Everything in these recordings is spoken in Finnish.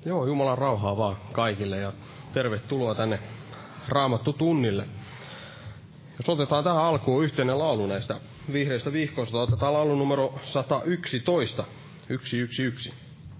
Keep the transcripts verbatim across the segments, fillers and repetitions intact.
Joo, Jumalan rauhaa vaan kaikille ja tervetuloa tänne Raamattu-tunnille. Jos otetaan tähän alkuun yhteinen laulu näistä vihreistä vihkoista, otetaan laulu numero sata yksitoista, yksi yksi yksi.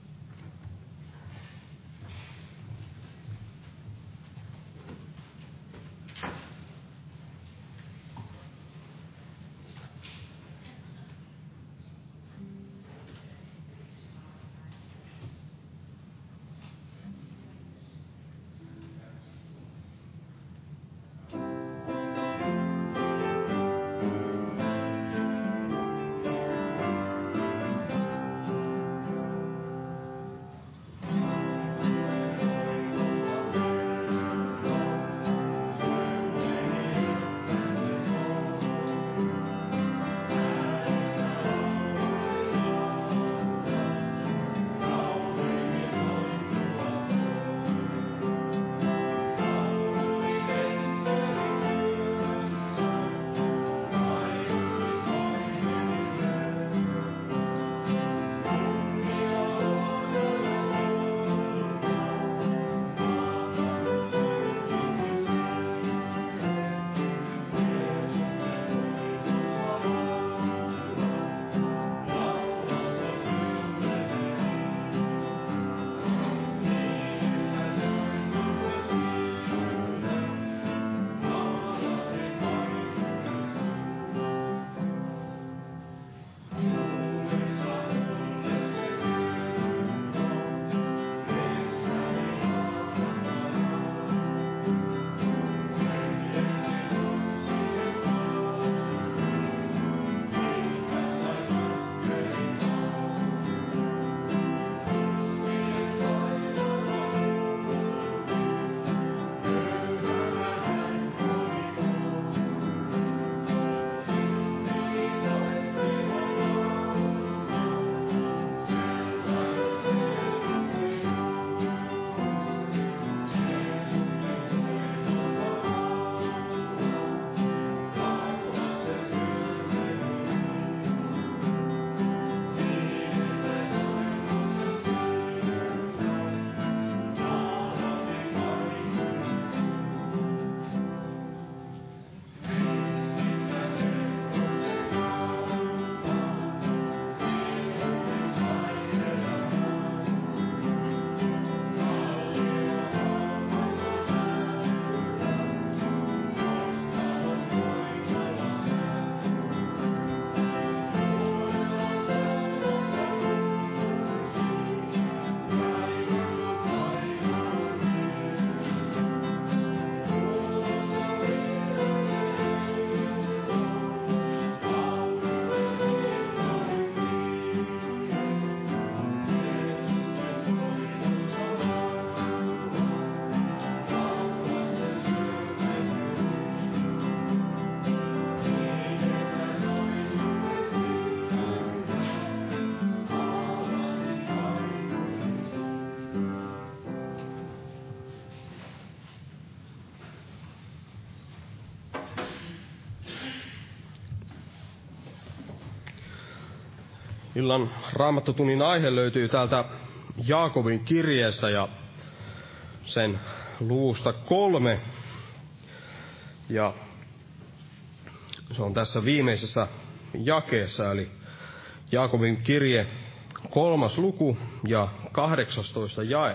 Illan Raamattotunnin aihe löytyy täältä Jaakobin kirjeestä ja sen luvusta kolme. Ja se on tässä viimeisessä jakeessa, eli Jaakobin kirje kolmas luku ja kahdeksastoista jae.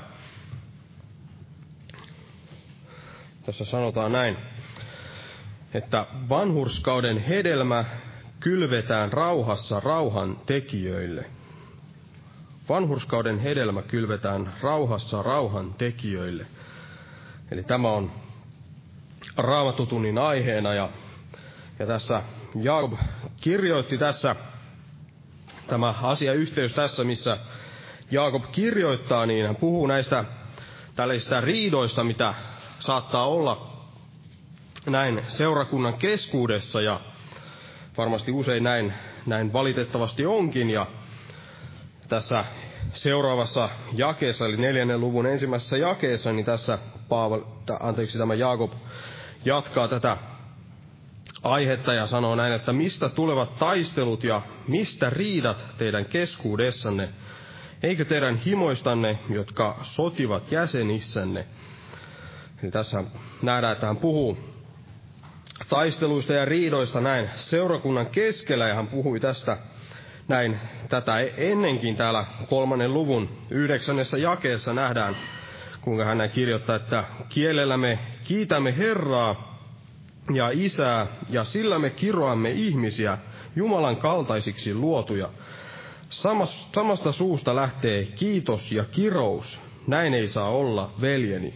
Tässä sanotaan näin, että vanhurskauden hedelmä kylvetään rauhassa rauhan tekijöille. Vanhurskauden hedelmä kylvetään rauhassa rauhan tekijöille. Eli tämä on Raamattotunnin aiheena ja, ja tässä Jaakob kirjoitti tässä, tämä asiayhteys tässä, missä Jaakob kirjoittaa, niin hän puhuu näistä tällaisista riidoista, mitä saattaa olla näin seurakunnan keskuudessa ja varmasti usein näin, näin valitettavasti onkin. Ja tässä seuraavassa jakeessa, eli neljännen luvun ensimmäisessä jakeessa, niin tässä Paaval, anteeksi, tämä Jaakob jatkaa tätä aihetta ja sanoo näin, että mistä tulevat taistelut ja mistä riidat teidän keskuudessanne, eikö teidän himoistanne, jotka sotivat jäsenissänne. Eli tässä nähdään, että hän puhuu taisteluista ja riidoista näin seurakunnan keskellä, ja hän puhui tästä näin tätä ennenkin täällä kolmannen luvun yhdeksännessä jakeessa nähdään, kuinka hän näin kirjoittaa, että kielellä me kiitämme Herraa ja Isää, ja sillä me kiroamme ihmisiä Jumalan kaltaisiksi luotuja. Samasta suusta lähtee kiitos ja kirous. Näin ei saa olla, veljeni.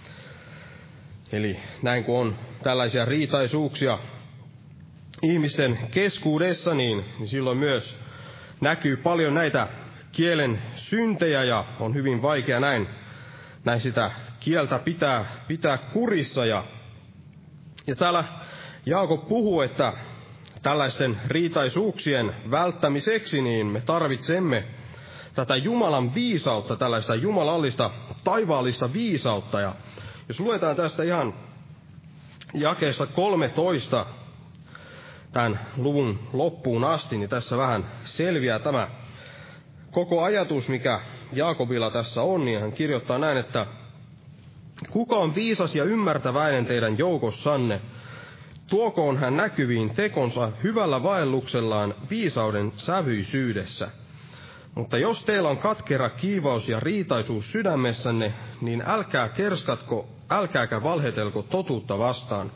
Eli näin kun on tällaisia riitaisuuksia ihmisten keskuudessa, niin, niin silloin myös näkyy paljon näitä kielen syntejä, ja on hyvin vaikea näin, näin sitä kieltä pitää, pitää kurissa. Ja, ja täällä Jaakob puhuu, että tällaisten riitaisuuksien välttämiseksi niin me tarvitsemme tätä Jumalan viisautta, tällaista jumalallista, taivaallista viisautta. Ja jos luetaan tästä ihan jakeesta kolmetoista tämän luvun loppuun asti, niin tässä vähän selviää tämä koko ajatus, mikä Jaakobilla tässä on, niin hän kirjoittaa näin, että kuka on viisas ja ymmärtäväinen teidän joukossanne, tuokoon hän näkyviin tekonsa hyvällä vaelluksellaan viisauden sävyisyydessä. Mutta jos teillä on katkera kiivaus ja riitaisuus sydämessänne, niin älkää kerskatko, älkääkä valhetelko totuutta vastaan.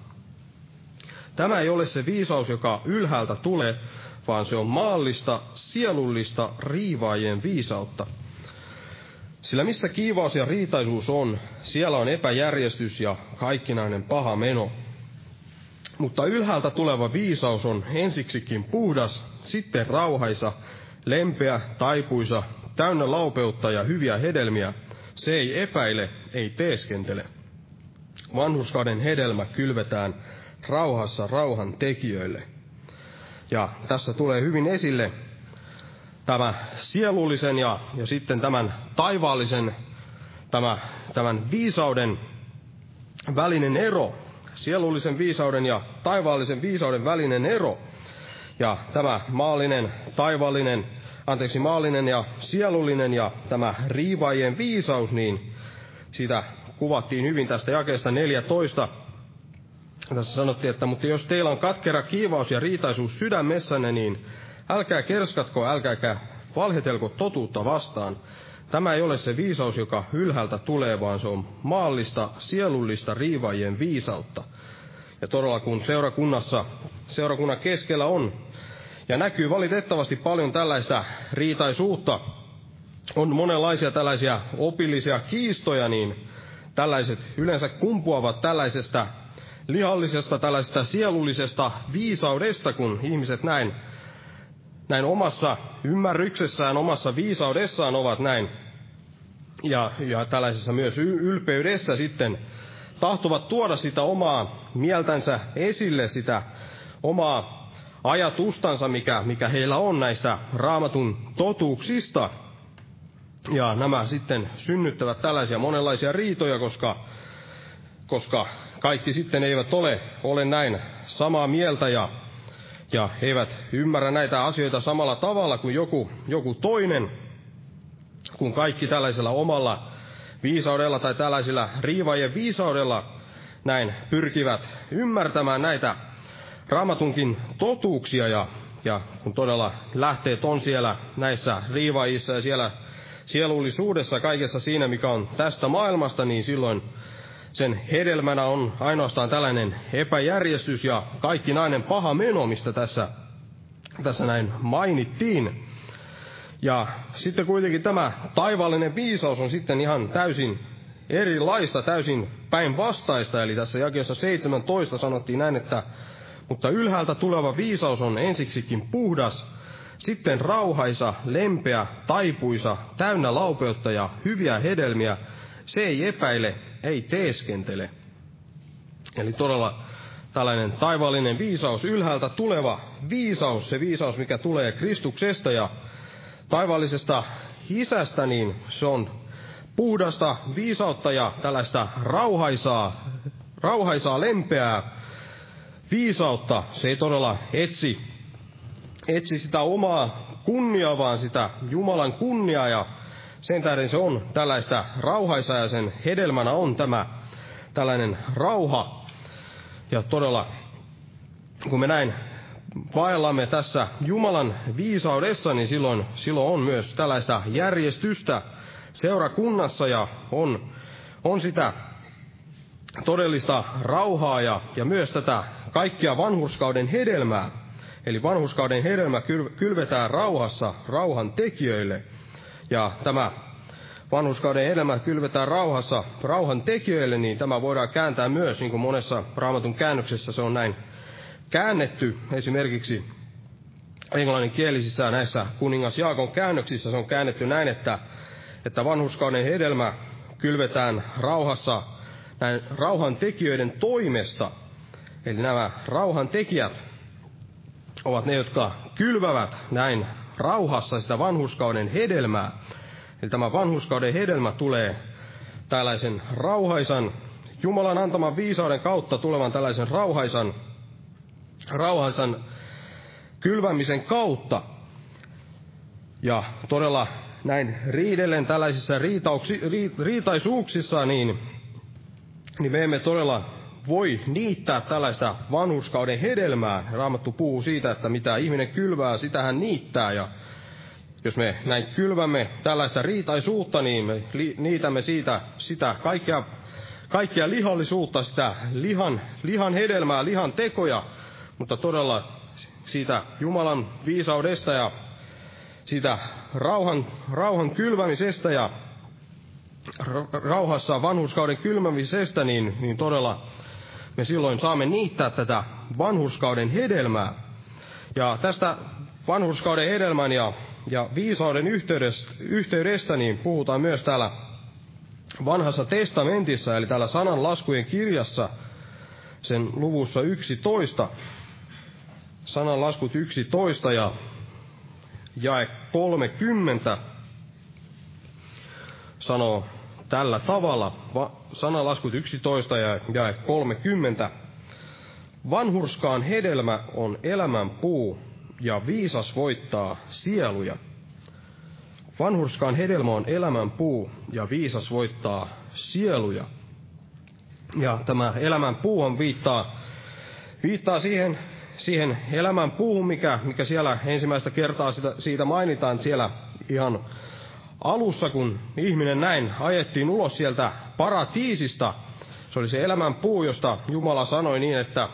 Tämä ei ole se viisaus, joka ylhäältä tulee, vaan se on maallista, sielullista, riivaajien viisautta. Sillä missä kiivaus ja riitaisuus on, siellä on epäjärjestys ja kaikkinainen paha meno. Mutta ylhäältä tuleva viisaus on ensiksikin puhdas, sitten rauhaisa, lempeä, taipuisa, täynnä laupeutta ja hyviä hedelmiä. Se ei epäile, ei teeskentele. Vanhurskauden hedelmä kylvetään rauhassa rauhan tekijöille. Ja tässä tulee hyvin esille tämä sielullisen ja, ja sitten tämän taivaallisen, tämä, tämän viisauden välinen ero. Sielullisen viisauden ja taivaallisen viisauden välinen ero. Ja tämä maallinen, taivaallinen, anteeksi, maallinen ja sielullinen ja tämä riivaajien viisaus, niin sitä kuvattiin hyvin tästä jakeesta neljätoista. Tässä sanottiin, että mutta jos teillä on katkera kiivaus ja riitaisuus sydämessänne, niin älkää kerskatko, älkääkä valhetelko totuutta vastaan. Tämä ei ole se viisaus, joka ylhäältä tulee, vaan se on maallista, sielullista riivaajien viisautta. Ja todella kun seurakunnassa, seurakunnan keskellä on, ja näkyy valitettavasti paljon tällaista riitaisuutta, on monenlaisia tällaisia opillisia kiistoja, niin tällaiset yleensä kumpuavat tällaisesta lihallisesta, tällaisesta sielullisesta viisaudesta, kun ihmiset näin, näin omassa ymmärryksessään, omassa viisaudessaan ovat näin, ja, ja tällaisessa myös ylpeydessä sitten tahtovat tuoda sitä omaa mieltänsä esille, sitä omaa ajatustansa, mikä, mikä heillä on näistä Raamatun totuuksista. Ja nämä sitten synnyttävät tällaisia monenlaisia riitoja, koska, koska kaikki sitten eivät ole, ole näin samaa mieltä ja, ja eivät ymmärrä näitä asioita samalla tavalla kuin joku, joku toinen, kun kaikki tällaisella omalla viisaudella tai tällaisilla riivaajien viisaudella näin pyrkivät ymmärtämään näitä Raamatunkin totuuksia, ja, ja kun todella lähteet on siellä näissä riivaajissa ja siellä sielullisuudessa, kaikessa siinä, mikä on tästä maailmasta, niin silloin sen hedelmänä on ainoastaan tällainen epäjärjestys ja kaikkinainen paha meno, mistä tässä, tässä näin mainittiin. Ja sitten kuitenkin tämä taivaallinen viisaus on sitten ihan täysin erilaista, täysin päinvastaista. Eli tässä jakeessa seitsemäntoista sanottiin näin, että mutta ylhäältä tuleva viisaus on ensiksikin puhdas, sitten rauhaisa, lempeä, taipuisa, täynnä laupeutta ja hyviä hedelmiä. Se ei epäile, ei teeskentele. Eli todella tällainen taivaallinen viisaus, ylhäältä tuleva viisaus, se viisaus, mikä tulee Kristuksesta ja taivaallisesta isästä, niin se on puhdasta viisautta ja tällaista rauhaisaa, rauhaisaa lempeää viisautta. Se ei todella etsi, etsi sitä omaa kunniaa, vaan sitä Jumalan kunniaa ja Sen tähden se on tällaista rauhaisaa ja sen hedelmänä on tämä tällainen rauha. Ja todella, kun me näin vaellamme tässä Jumalan viisaudessa, niin silloin, silloin on myös tällaista järjestystä seurakunnassa ja on, on sitä todellista rauhaa ja, ja myös tätä kaikkia vanhurskauden hedelmää. Eli vanhurskauden hedelmä kylvetään rauhassa rauhan tekijöille. Ja tämä vanhurskauden hedelmä kylvetään rauhassa rauhan tekijöille, niin tämä voidaan kääntää myös, niin kuin monessa Raamatun käännöksessä se on näin käännetty. Esimerkiksi englanninkielisissä näissä kuningas Jaakon käännöksissä se on käännetty näin, että, että vanhurskauden hedelmä kylvetään rauhassa näin rauhan tekijöiden toimesta. Eli nämä rauhan tekijät ovat ne, jotka kylvävät näin rauhassa sitä vanhurskauden hedelmää. Eli tämä vanhurskauden hedelmä tulee tällaisen rauhaisan, Jumalan antaman viisauden kautta tulevan tällaisen rauhaisan, rauhaisan kylvämisen kautta. Ja todella näin riidellen tällaisissa riitauksi, ri, riitaisuuksissa, niin, niin me emme todella voi niittää tällaista vanhurskauden hedelmää. Raamattu puhuu siitä, että mitä ihminen kylvää, sitä hän niittää. Ja jos me näin kylvämme tällaista riitaisuutta, niin me li, niitämme siitä sitä kaikkea, kaikkea lihallisuutta, sitä lihan, lihan hedelmää, lihan tekoja. Mutta todella siitä Jumalan viisaudesta ja siitä rauhan, rauhan kylvämisestä ja rauhassa vanhurskauden kylmämisestä, niin, niin todella me silloin saamme niittää tätä vanhurskauden hedelmää. Ja tästä vanhurskauden hedelmän ja, ja viisauden yhteydestä, yhteydestä niin puhutaan myös täällä vanhassa testamentissa, eli täällä sananlaskujen kirjassa, sen luvussa yksitoista, sananlaskut yksitoista ja jae kolmekymmentä sanoo tällä tavalla, sananlaskut yksitoista ja jae kolmekymmentä. Vanhurskaan hedelmä on elämän puu, ja viisas voittaa sieluja. Vanhurskaan hedelmä on elämän puu, ja viisas voittaa sieluja. Ja tämä elämän puuhan viittaa, viittaa siihen, siihen elämän puuhun, mikä, mikä siellä ensimmäistä kertaa sitä, siitä mainitaan siellä ihan alussa, kun ihminen näin ajettiin ulos sieltä paratiisista. Se oli se elämän puu, josta Jumala sanoi niin, että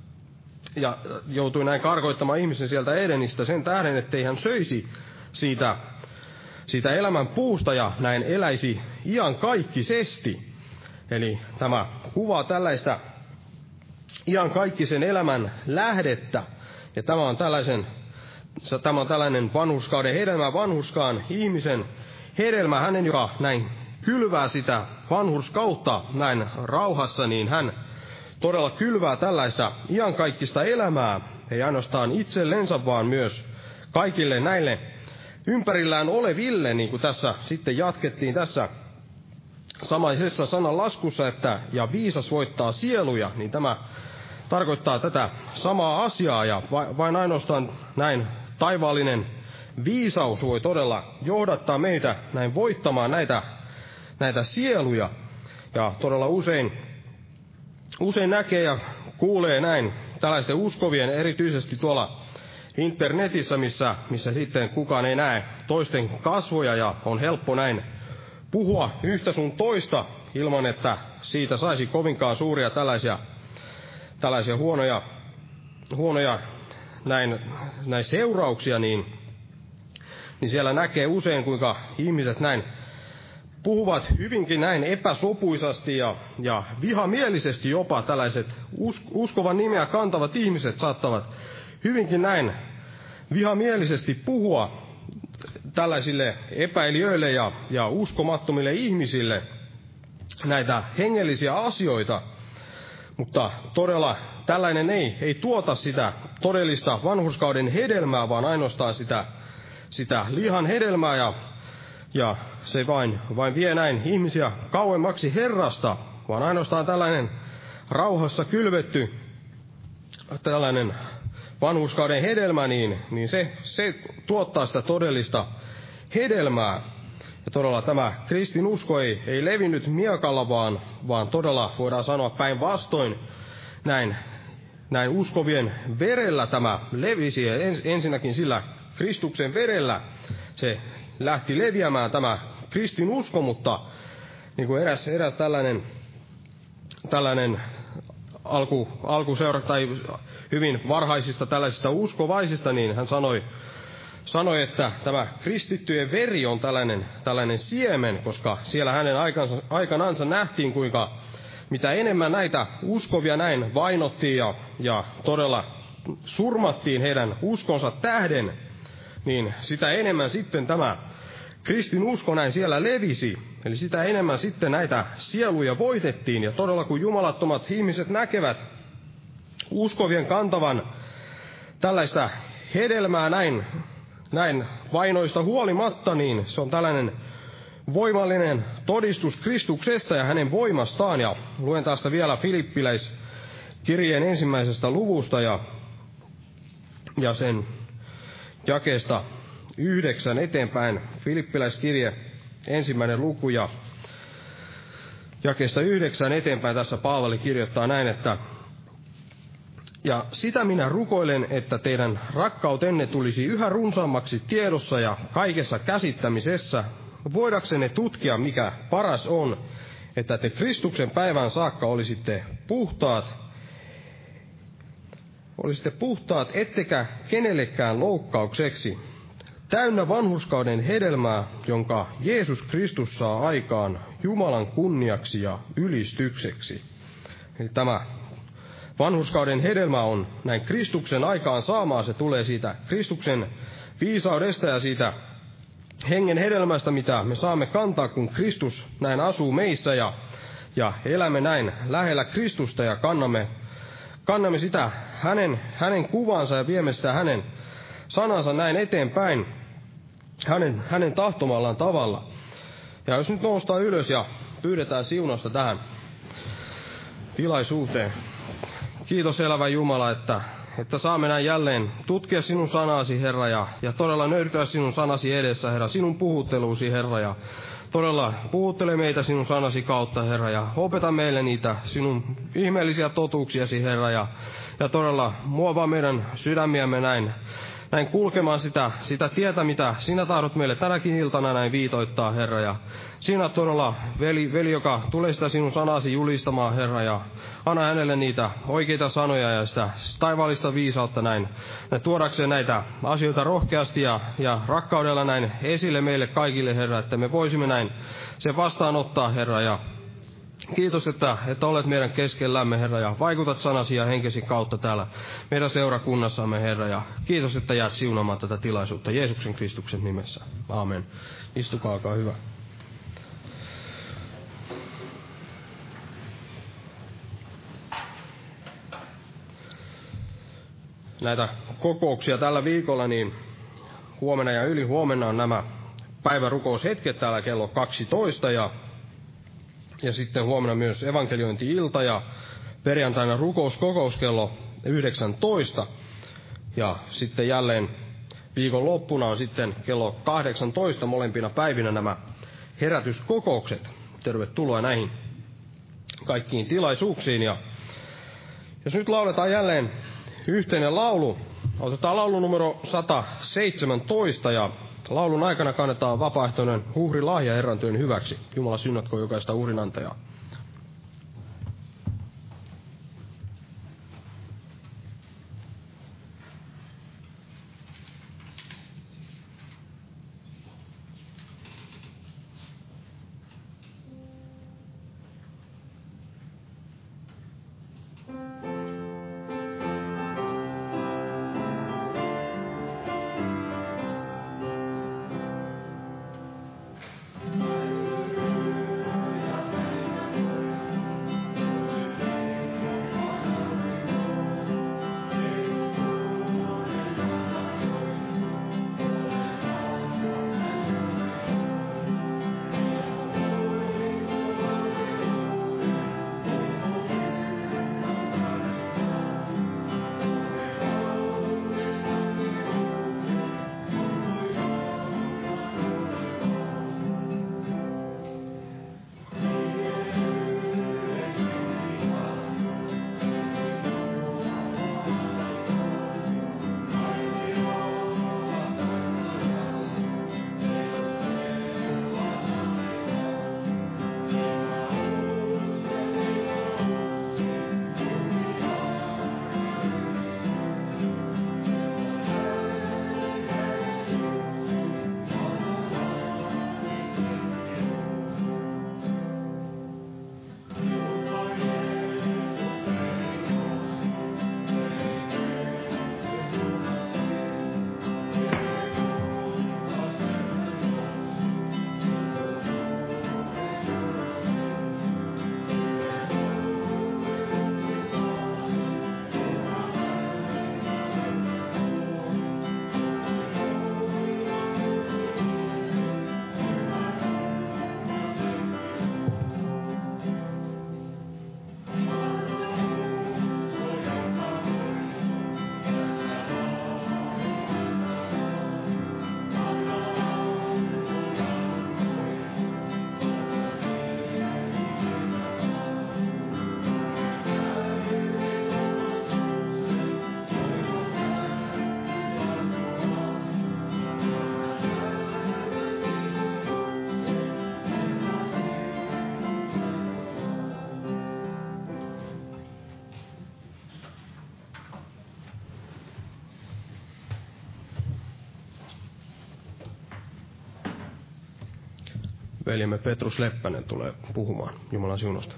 ja joutui näin karkoittamaan ihmisen sieltä Edenistä sen tähden, ettei hän söisi siitä, siitä elämän puusta ja näin eläisi iankaikkisesti. Eli tämä kuvaa tällaista iankaikkisen elämän lähdettä. Ja tämä on tällaisen, tämä on tällainen vanhurskauden hedelmä, vanhurskaan ihmisen hedelmä, hänen, joka näin kylvää sitä vanhurskautta näin rauhassa, niin hän todella kylvää tällaista iankaikkista elämää, ei ainoastaan itsellensä, vaan myös kaikille näille ympärillään oleville, niin kuin tässä sitten jatkettiin tässä samaisessa sananlaskussa, että ja viisas voittaa sieluja, niin tämä tarkoittaa tätä samaa asiaa, ja vain ainoastaan näin taivaallinen viisaus voi todella johdattaa meitä näin voittamaan näitä, näitä sieluja. Ja todella usein, usein näkee ja kuulee näin tällaisten uskovien, erityisesti tuolla internetissä, missä, missä sitten kukaan ei näe toisten kasvoja, ja on helppo näin puhua yhtä sun toista ilman, että siitä saisi kovinkaan suuria tällaisia, tällaisia huonoja, huonoja näin, näin seurauksia, niin, niin siellä näkee usein, kuinka ihmiset näin puhuvat hyvinkin näin epäsopuisasti ja, ja vihamielisesti jopa. Tällaiset uskovan nimeä kantavat ihmiset saattavat hyvinkin näin vihamielisesti puhua tällaisille epäilijöille ja, ja uskomattomille ihmisille näitä hengellisiä asioita. Mutta todella tällainen ei, ei tuota sitä todellista vanhurskauden hedelmää, vaan ainoastaan sitä, sitä lihan hedelmää, ja, ja se vain, vain vie näin ihmisiä kauemmaksi Herrasta, vaan ainoastaan tällainen rauhassa kylvetty tällainen vanhurskauden hedelmä, niin, niin se, se tuottaa sitä todellista hedelmää. Ja todella tämä kristinusko ei, ei levinnyt miekalla, vaan, vaan todella voidaan sanoa päinvastoin näin, näin uskovien verellä tämä levisi. Ja ens, ensinnäkin sillä Kristuksen verellä se lähti leviämään tämä kristinusko, mutta niin kuin eräs, eräs tällainen, tällainen alku, alkuseura tai hyvin varhaisista tällaisista uskovaisista, niin hän sanoi, sanoi, että tämä kristittyjen veri on tällainen, tällainen siemen, koska siellä hänen aikansa, aikanansa nähtiin, kuinka mitä enemmän näitä uskovia näin vainottiin ja, ja todella surmattiin heidän uskonsa tähden, niin sitä enemmän sitten tämä kristinusko näin siellä levisi. Eli sitä enemmän sitten näitä sieluja voitettiin. Ja todella kun jumalattomat ihmiset näkevät uskovien kantavan tällaista hedelmää näin, näin vainoista huolimatta, niin se on tällainen voimallinen todistus Kristuksesta ja hänen voimastaan. Ja luen tästä vielä Filippiläiskirjeen ensimmäisestä luvusta ja, ja sen jakeesta yhdeksän eteenpäin. Filippiläiskirje ensimmäinen luku ja jakeesta yhdeksän eteenpäin tässä Paavali kirjoittaa näin, että ja sitä minä rukoilen, että teidän rakkautenne tulisi yhä runsaammaksi tiedossa ja kaikessa käsittämisessä, voidaksenne tutkia, mikä paras on, että te Kristuksen päivään saakka olisitte puhtaat, olisitte puhtaat, ettekä kenellekään loukkaukseksi, täynnä vanhurskauden hedelmää, jonka Jeesus Kristus saa aikaan Jumalan kunniaksi ja ylistykseksi. Eli tämä vanhurskauden hedelmä on näin Kristuksen aikaan saamaa, se tulee siitä Kristuksen viisaudesta ja siitä hengen hedelmästä, mitä me saamme kantaa, kun Kristus näin asuu meissä ja, ja elämme näin lähellä Kristusta ja kannamme, kannamme sitä hänen, hänen kuvansa ja viemme sitä hänen sanansa näin eteenpäin hänen, hänen tahtomallaan tavalla. Ja jos nyt noustaan ylös ja pyydetään siunausta tähän tilaisuuteen. Kiitos elävä Jumala, että, että saamme näin jälleen tutkia sinun sanasi, Herra, ja, ja todella nöyrtyä sinun sanasi edessä, Herra, sinun puhutteluusi, Herra, ja todella puhuttele meitä sinun sanasi kautta, Herra, ja opeta meille niitä sinun ihmeellisiä totuuksiasi, Herra, ja, ja todella muovaa meidän sydämiämme näin, näin kulkemaan sitä, sitä tietä, mitä sinä tahdot meille tänäkin iltana näin viitoittaa, Herra, ja sinä todella, veli, veli, joka tulee sitä sinun sanasi julistamaan, Herra, ja anna hänelle niitä oikeita sanoja ja sitä taivaallista viisautta näin, näin tuodakseen näitä asioita rohkeasti ja, ja rakkaudella näin esille meille kaikille, Herra, että me voisimme näin sen vastaanottaa, Herra, ja kiitos, että, että olet meidän keskellämme, Herra, ja vaikutat sanasi ja henkesi kautta täällä meidän seurakunnassamme, Herra, ja kiitos, että jäät siunaamaan tätä tilaisuutta Jeesuksen Kristuksen nimessä. Aamen. Istukaa, olkaa hyvä. Näitä kokouksia tällä viikolla, niin huomenna ja yli huomenna on nämä päivärukoushetket täällä kello kaksitoista, ja Ja sitten huomenna myös evankeliointi-ilta ja perjantaina rukouskokous kello yhdeksäntoista. Ja sitten jälleen viikon loppuna on sitten kello kahdeksantoista molempina päivinä nämä herätyskokoukset. Tervetuloa näihin kaikkiin tilaisuuksiin. Ja jos nyt lauletaan jälleen yhteinen laulu, otetaan laulu numero sata seitsemäntoista ja laulun aikana kannetaan vapaaehtoinen uhrilahja Herran työn hyväksi. Jumala synnätkö jokaista uhrinantajaa. Hallelujah. veljemme Petrus Leppänen tulee puhumaan Jumalan siunosta.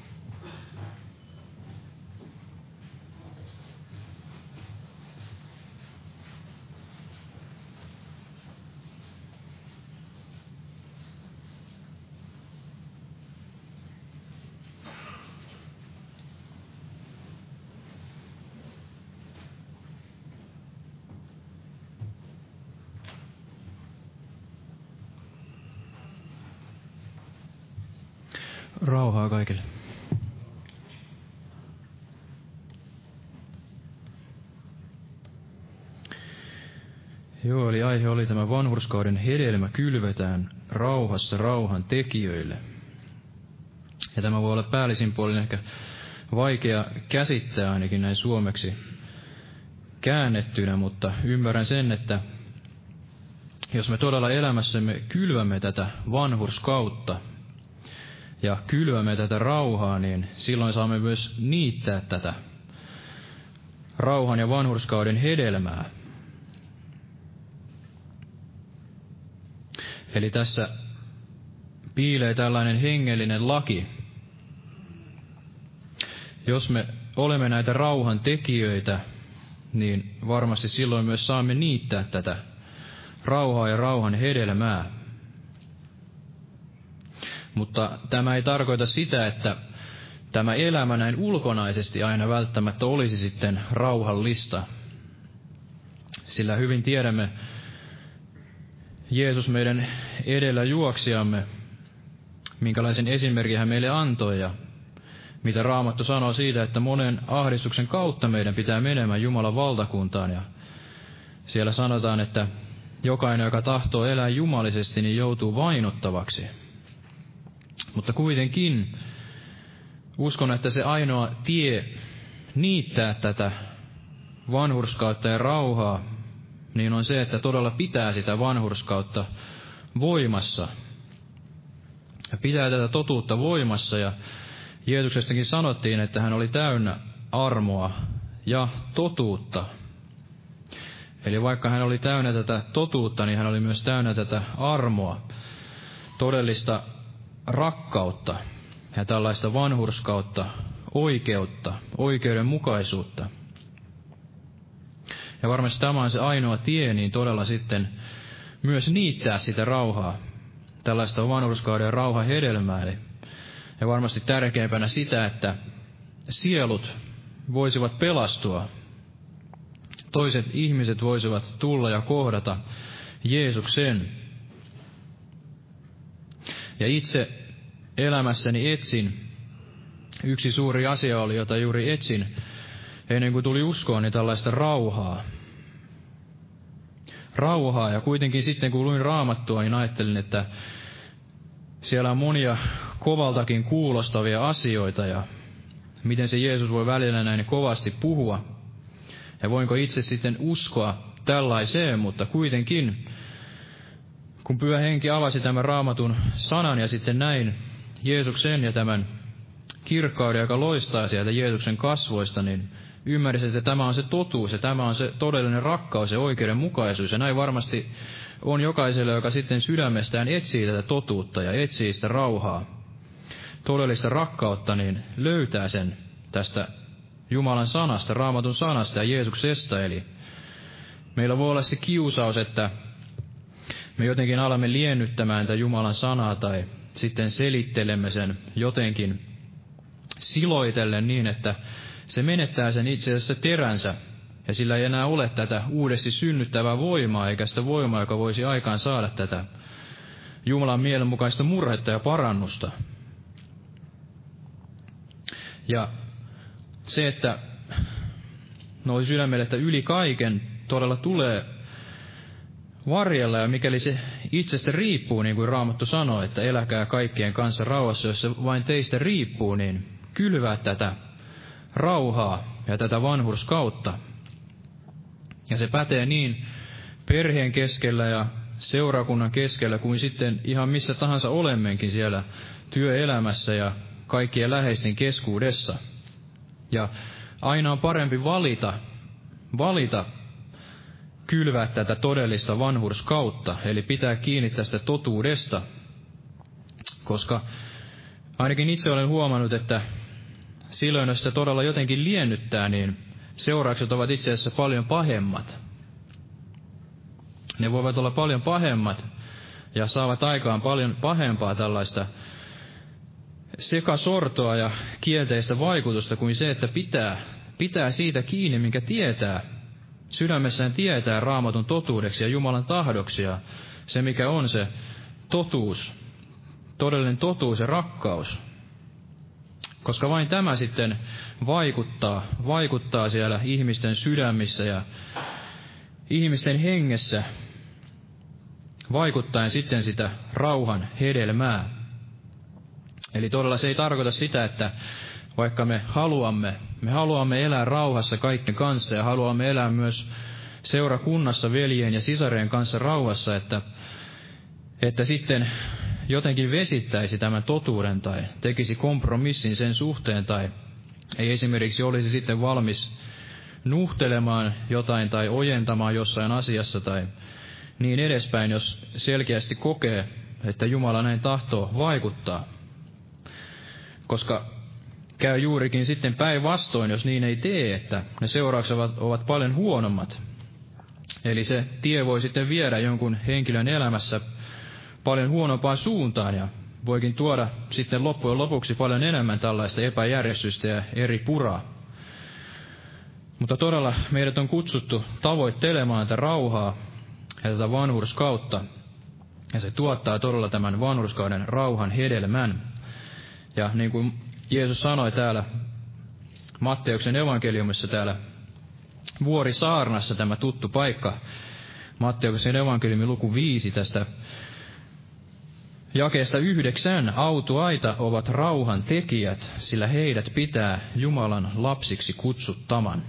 Rauhaa kaikille. Joo, eli aihe oli tämä vanhurskauden hedelmä kylvetään rauhassa rauhan tekijöille. Ja tämä voi olla päällisin puolin ehkä vaikea käsittää ainakin näin suomeksi käännettynä, mutta ymmärrän sen, että jos me todella elämässämme kylvämme tätä vanhurskautta, ja kylvämme tätä rauhaa, niin silloin saamme myös niittää tätä rauhan ja vanhurskauden hedelmää. Eli tässä piilee tällainen hengellinen laki. Jos me olemme näitä rauhan tekijöitä, niin varmasti silloin myös saamme niittää tätä rauhaa ja rauhan hedelmää. Mutta tämä ei tarkoita sitä, että tämä elämä näin ulkonaisesti aina välttämättä olisi sitten rauhallista. Sillä hyvin tiedämme, Jeesus meidän edellä juoksijamme, minkälaisen esimerkin hän meille antoi ja mitä Raamattu sanoo siitä, että monen ahdistuksen kautta meidän pitää menemään Jumalan valtakuntaan. Ja siellä sanotaan, että jokainen, joka tahtoo elää jumalisesti, niin joutuu vainottavaksi. Mutta kuitenkin uskon, että se ainoa tie niittää tätä vanhurskautta ja rauhaa, niin on se, että todella pitää sitä vanhurskautta voimassa. Ja pitää tätä totuutta voimassa, ja Jeesuksestakin sanottiin, että hän oli täynnä armoa ja totuutta. Eli vaikka hän oli täynnä tätä totuutta, niin hän oli myös täynnä tätä armoa, todellista rakkautta ja tällaista vanhurskautta, oikeutta, oikeudenmukaisuutta. Ja varmasti tämä on se ainoa tie, niin todella sitten myös niittää sitä rauhaa, tällaista vanhurskauden ja rauhan hedelmää. Eli, ja varmasti tärkeimpänä sitä, että sielut voisivat pelastua, toiset ihmiset voisivat tulla ja kohdata Jeesuksen. Ja itse elämässäni etsin, yksi suuri asia oli, jota juuri etsin, ennen kuin tuli uskoon, niin tällaista rauhaa. Rauhaa, ja kuitenkin sitten kun luin Raamattua, niin ajattelin, että siellä on monia kovaltakin kuulostavia asioita, ja miten se Jeesus voi välillä näin kovasti puhua. Ja voinko itse sitten uskoa tällaiseen, mutta kuitenkin, kun Pyhä Henki avasi tämän Raamatun sanan ja sitten näin Jeesuksen ja tämän kirkkauden, joka loistaa sieltä Jeesuksen kasvoista, niin ymmärsin, että tämä on se totuus ja tämä on se todellinen rakkaus ja oikeudenmukaisuus. Ja näin varmasti on jokaiselle, joka sitten sydämestään etsii tätä totuutta ja etsii sitä rauhaa, todellista rakkautta, niin löytää sen tästä Jumalan sanasta, Raamatun sanasta ja Jeesuksesta. Eli meillä voi olla se kiusaus, että me jotenkin alamme liennyttämään tätä Jumalan sanaa tai sitten selittelemme sen jotenkin siloitellen niin, että se menettää sen itse asiassa teränsä, ja sillä ei enää ole tätä uudesti synnyttävää voimaa, eikä sitä voimaa, joka voisi aikaan saada tätä Jumalan mielenmukaista murhetta ja parannusta. Ja se, että nousi sydämelle, että yli kaiken todella tulee varjella, ja mikäli se itsestä riippuu, niin kuin Raamattu sanoo, että eläkää kaikkien kanssa rauhassa, jos se vain teistä riippuu, niin kylvää tätä rauhaa ja tätä vanhurskautta. Ja se pätee niin perheen keskellä ja seurakunnan keskellä kuin sitten ihan missä tahansa olemmekin siellä työelämässä ja kaikkien läheisten keskuudessa. Ja aina on parempi valita, valita kylvää tätä todellista vanhurskautta, eli pitää kiinni tästä totuudesta, Koska ainakin itse olen huomannut, että silloin, jos sitä todella jotenkin liennyttää, niin seuraukset ovat itse asiassa paljon pahemmat. Ne voivat olla paljon pahemmat ja saavat aikaan paljon pahempaa tällaista sekasortoa ja kielteistä vaikutusta kuin se, että pitää, pitää siitä kiinni, minkä tietää. Sydämessään tietää Raamatun totuudeksi ja Jumalan tahdoksi ja se, mikä on se totuus, todellinen totuus ja rakkaus. Koska vain tämä sitten vaikuttaa, vaikuttaa siellä ihmisten sydämissä ja ihmisten hengessä, vaikuttaen sitten sitä rauhan hedelmää. Eli todella se ei tarkoita sitä, että vaikka me haluamme, me haluamme elää rauhassa kaikkien kanssa ja haluamme elää myös seurakunnassa veljien ja sisarien kanssa rauhassa, että, että sitten jotenkin vesittäisi tämän totuuden tai tekisi kompromissin sen suhteen tai ei esimerkiksi olisi sitten valmis nuhtelemaan jotain tai ojentamaan jossain asiassa tai niin edespäin, jos selkeästi kokee, että Jumala näin tahtoo vaikuttaa. Koska käy juurikin sitten päinvastoin, jos niin ei tee, että ne seuraukset ovat, ovat paljon huonommat. Eli se tie voi sitten viedä jonkun henkilön elämässä paljon huonompaan suuntaan ja voikin tuoda sitten loppujen lopuksi paljon enemmän tällaista epäjärjestystä ja eri puraa. Mutta todella meidät on kutsuttu tavoittelemaan tätä rauhaa ja tätä vanhurskautta. Ja se tuottaa todella tämän vanhurskauden rauhan hedelmän. Ja niin kuin Jeesus sanoi täällä Matteuksen evankeliumissa täällä Vuorisaarnassa, tämä tuttu paikka, Matteuksen evankeliumin luku viisi tästä jakeesta yhdeksän, autuaita ovat rauhan tekijät, sillä heidät pitää Jumalan lapsiksi kutsuttaman.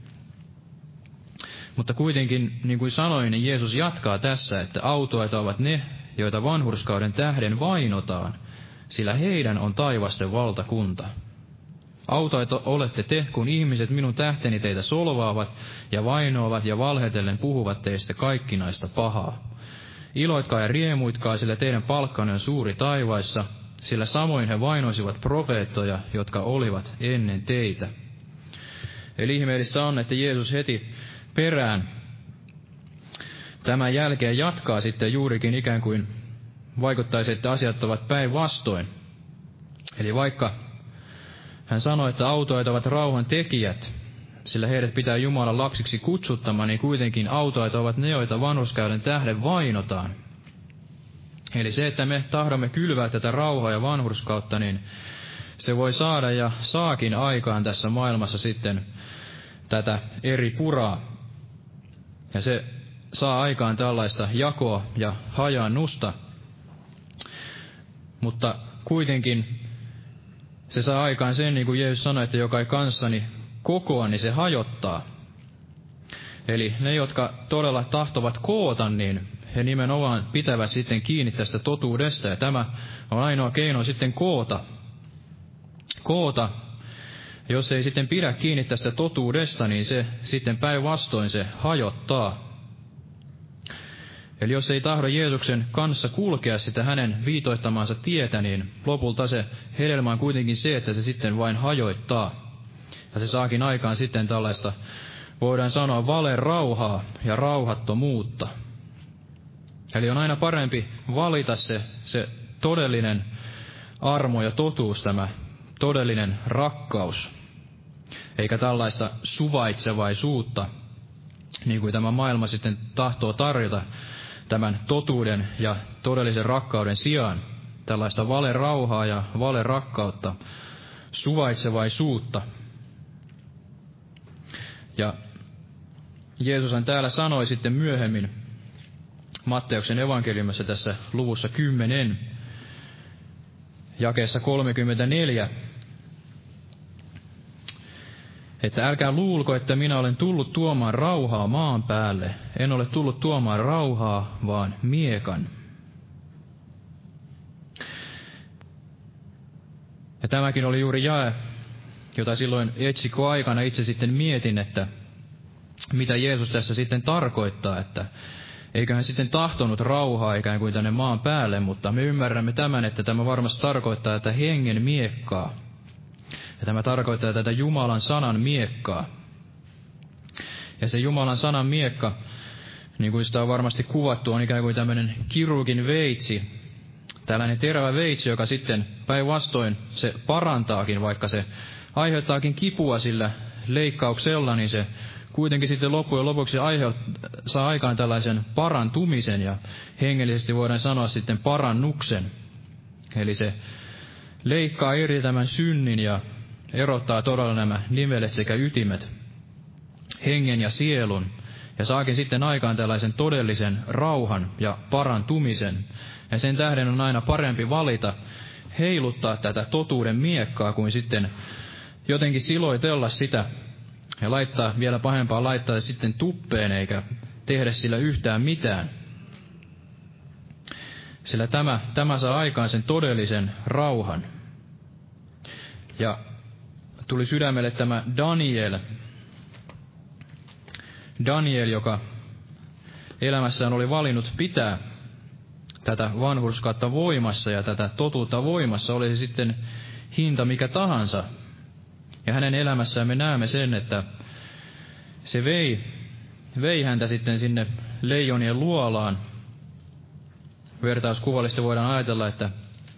Mutta kuitenkin, niin kuin sanoin, niin Jeesus jatkaa tässä, että autuaita ovat ne, joita vanhurskauden tähden vainotaan, sillä heidän on taivasten valtakunta. Autuaita olette te, kun ihmiset minun tähteni teitä solvaavat ja vainoavat ja valhetellen puhuvat teistä kaikkinaista pahaa. Iloitkaa ja riemuitkaa, sillä teidän palkkanne on suuri taivaissa, sillä samoin he vainoisivat profeettoja, jotka olivat ennen teitä. Eli ihmeellistä on, että Jeesus heti perään tämän jälkeen jatkaa sitten juurikin ikään kuin vaikuttaisi, että asiat ovat päinvastoin. Eli vaikka hän sanoi, että autuaita ovat rauhan tekijät, sillä heidät pitää Jumalan lapsiksi kutsuttamaan, niin kuitenkin autuaita ovat ne, joita vanhurskauden tähden vainotaan. Eli se, että me tahdomme kylvää tätä rauhaa ja vanhurskautta, niin se voi saada ja saakin aikaan tässä maailmassa sitten tätä eri puraa. Ja se saa aikaan tällaista jakoa ja hajaannusta. Mutta kuitenkin se saa aikaan sen, niin kuin Jeesus sanoi, että joka ei kanssani kokoa, niin se hajottaa. Eli ne, jotka todella tahtovat koota, niin he nimenomaan pitävät sitten kiinni tästä totuudesta. Ja tämä on ainoa keino sitten koota. Koota. Jos ei sitten pidä kiinni tästä totuudesta, niin se sitten päinvastoin se hajottaa. Eli jos ei tahdo Jeesuksen kanssa kulkea sitä hänen viitoittamaansa tietä, niin lopulta se hedelmä on kuitenkin se, että se sitten vain hajoittaa. Ja se saakin aikaan sitten tällaista, voidaan sanoa, vale rauhaa ja rauhattomuutta. Eli on aina parempi valita se, se todellinen armo ja totuus, tämä todellinen rakkaus, eikä tällaista suvaitsevaisuutta, niin kuin tämä maailma sitten tahtoo tarjota tämän totuuden ja todellisen rakkauden sijaan, tällaista vale-rauhaa ja vale-rakkautta, suvaitsevaisuutta. Ja Jeesushan täällä sanoi sitten myöhemmin Matteuksen evankeliumissa tässä luvussa kymmenen, jakeessa kolmekymmentäneljä, että älkää luulko, että minä olen tullut tuomaan rauhaa maan päälle. En ole tullut tuomaan rauhaa, vaan miekan. Ja tämäkin oli juuri jae, jota silloin etsikkoaikana itse sitten mietin, että mitä Jeesus tässä sitten tarkoittaa, että eikä hän sitten tahtonut rauhaa ikään kuin tänne maan päälle, mutta me ymmärrämme tämän, että tämä varmasti tarkoittaa tätä hengen miekkaa. Ja tämä tarkoittaa tätä Jumalan sanan miekkaa. Ja se Jumalan sanan miekka, niin kuin sitä on varmasti kuvattu, on ikään kuin tämmöinen kirurgin veitsi. Tällainen terävä veitsi, joka sitten päinvastoin se parantaakin, vaikka se aiheuttaakin kipua sillä leikkauksella, niin se kuitenkin sitten loppujen lopuksi aiheuttaa, saa aikaan tällaisen parantumisen ja hengellisesti voidaan sanoa sitten parannuksen. Eli se leikkaa eri tämän synnin ja erottaa todella nämä nivelet sekä ytimet, hengen ja sielun, ja saakin sitten aikaan tällaisen todellisen rauhan ja parantumisen. Ja sen tähden on aina parempi valita heiluttaa tätä totuuden miekkaa kuin sitten jotenkin siloitella sitä ja laittaa vielä pahempaa laittaa sitten tuppeen eikä tehdä sillä yhtään mitään. Sillä tämä, tämä saa aikaan sen todellisen rauhan. Ja tuli sydämelle tämä Daniel, Daniel, joka elämässään oli valinnut pitää tätä vanhurskautta voimassa ja tätä totuutta voimassa, oli se sitten hinta mikä tahansa. Ja hänen elämässään me näemme sen, että se vei, vei häntä sitten sinne leijonien luolaan. Vertauskuvallisesti voidaan ajatella, että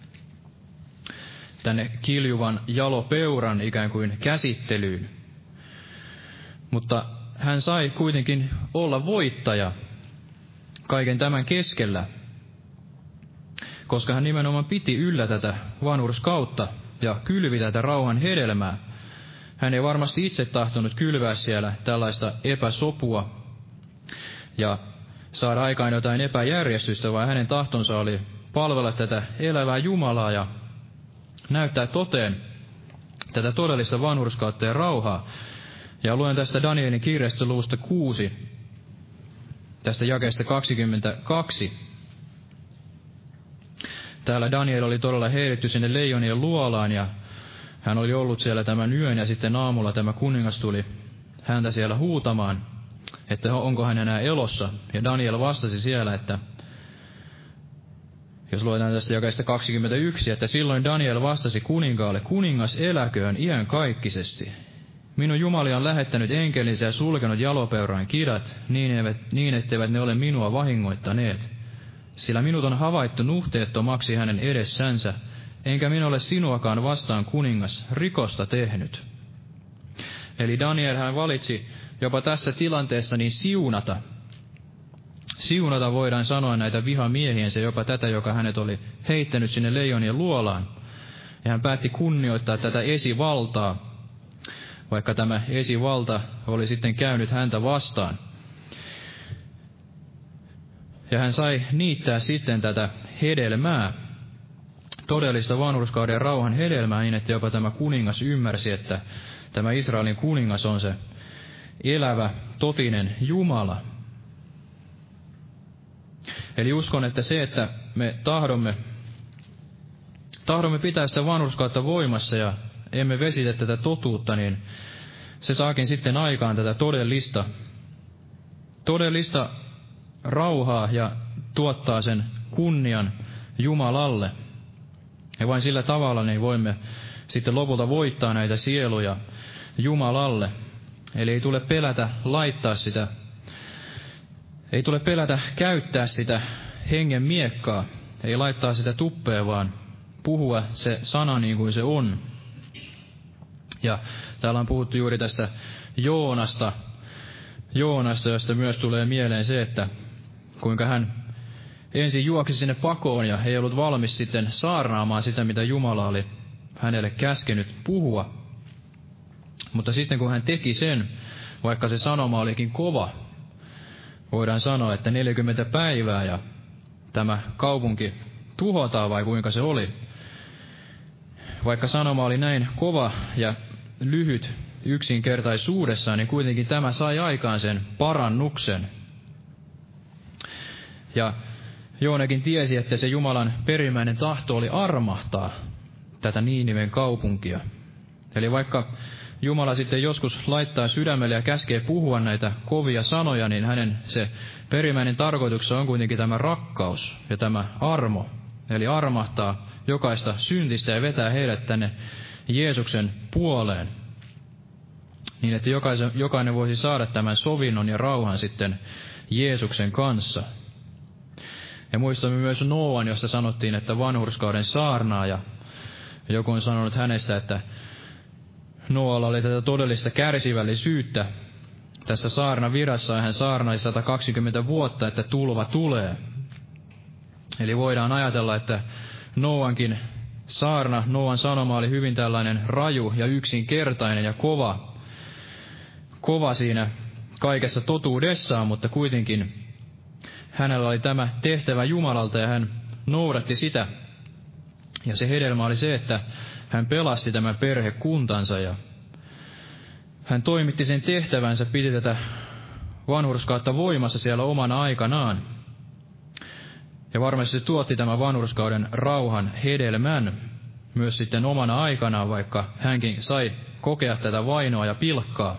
tänne kiljuvan jalopeuran ikään kuin käsittelyyn. Mutta hän sai kuitenkin olla voittaja kaiken tämän keskellä, koska hän nimenomaan piti yllä tätä vanhurskautta ja kylvi tätä rauhan hedelmää. Hän ei varmasti itse tahtonut kylvää siellä tällaista epäsopua ja saada aikaan jotain epäjärjestystä, vaan hänen tahtonsa oli palvella tätä elävää Jumalaa ja näyttää toteen tätä todellista vanhurskautta ja rauhaa. Ja luen tästä Danielin kirjasta luvusta kuusi, tästä jakeesta kaksikymmentäkaksi. Täällä Daniel oli todella heitetty sinne leijonien luolaan ja hän oli ollut siellä tämän yön ja sitten aamulla tämä kuningas tuli häntä siellä huutamaan, että onko hän enää elossa. Ja Daniel vastasi siellä, että jos luetaan tästä jakeesta kaksikymmentäyksi, että silloin Daniel vastasi kuninkaalle, kuningas eläköön iankaikkisesti. Minun Jumali on lähettänyt enkelinsä ja sulkenut jalopeuran kidat, niin, niin etteivät ne ole minua vahingoittaneet. Sillä minut on havaittu nuhteettomaksi hänen edessänsä, enkä minä ole sinuakaan vastaan kuningas rikosta tehnyt. Eli Daniel hän valitsi jopa tässä tilanteessa niin siunata. Siunata voidaan sanoa näitä vihamiehiensä, jopa tätä, joka hänet oli heittänyt sinne leijonien luolaan. Ja hän päätti kunnioittaa tätä esivaltaa, vaikka tämä esivalta oli sitten käynyt häntä vastaan. Ja hän sai niittää sitten tätä hedelmää, todellista vanhurskauden ja rauhan hedelmää, niin että jopa tämä kuningas ymmärsi, että tämä Israelin kuningas on se elävä, totinen Jumala. Eli uskon, että se, että me tahdomme, tahdomme pitää sitä vanhurskautta voimassa ja emme vesitä tätä totuutta, niin se saakin sitten aikaan tätä todellista, todellista rauhaa ja tuottaa sen kunnian Jumalalle. Ja vain sillä tavalla niin voimme sitten lopulta voittaa näitä sieluja Jumalalle. Eli ei tule pelätä laittaa sitä, ei tule pelätä käyttää sitä hengen miekkaa, ei laittaa sitä tuppeen, vaan puhua se sana niin kuin se on. Ja täällä on puhuttu juuri tästä Joonasta, Joonasta, josta myös tulee mieleen se, että kuinka hän ensin juoksi sinne pakoon ja ei ollut valmis sitten saarnaamaan sitä, mitä Jumala oli hänelle käskenyt puhua. Mutta sitten kun hän teki sen, vaikka se sanoma olikin kova, voidaan sanoa, että neljäkymmentä päivää ja tämä kaupunki tuhotaan, vai kuinka se oli. Vaikka sanoma oli näin kova ja lyhyt yksinkertaisuudessaan, niin kuitenkin tämä sai aikaan sen parannuksen. Ja Joonakin tiesi, että se Jumalan perimmäinen tahto oli armahtaa tätä Niiniven kaupunkia. Eli vaikka Jumala sitten joskus laittaa sydämelle ja käskee puhua näitä kovia sanoja, niin hänen se perimmäinen tarkoituksena on kuitenkin tämä rakkaus ja tämä armo. Eli armahtaa jokaista syntistä ja vetää heidät tänne Jeesuksen puoleen. Niin, että jokaisen, jokainen voisi saada tämän sovinnon ja rauhan sitten Jeesuksen kanssa. Ja muistamme myös Nooan, josta sanottiin, että vanhurskauden saarnaaja. Joku on sanonut hänestä, että Nooalla oli tätä todellista kärsivällisyyttä tässä saarnavirassa, ja hän saarnasi sata kaksikymmentä vuotta, että tulva tulee. Eli voidaan ajatella, että Nooankin saarna, Nooan sanoma oli hyvin tällainen raju ja yksinkertainen ja kova, kova siinä kaikessa totuudessaan, mutta kuitenkin hänellä oli tämä tehtävä Jumalalta ja hän noudatti sitä. Ja se hedelmä oli se, että hän pelasti tämän perhekuntansa ja hän toimitti sen tehtävänsä, piti tätä vanhurskautta voimassa siellä omana aikanaan. Ja varmasti se tuotti tämän vanhurskauden rauhan hedelmän myös sitten omana aikanaan, vaikka hänkin sai kokea tätä vainoa ja pilkkaa.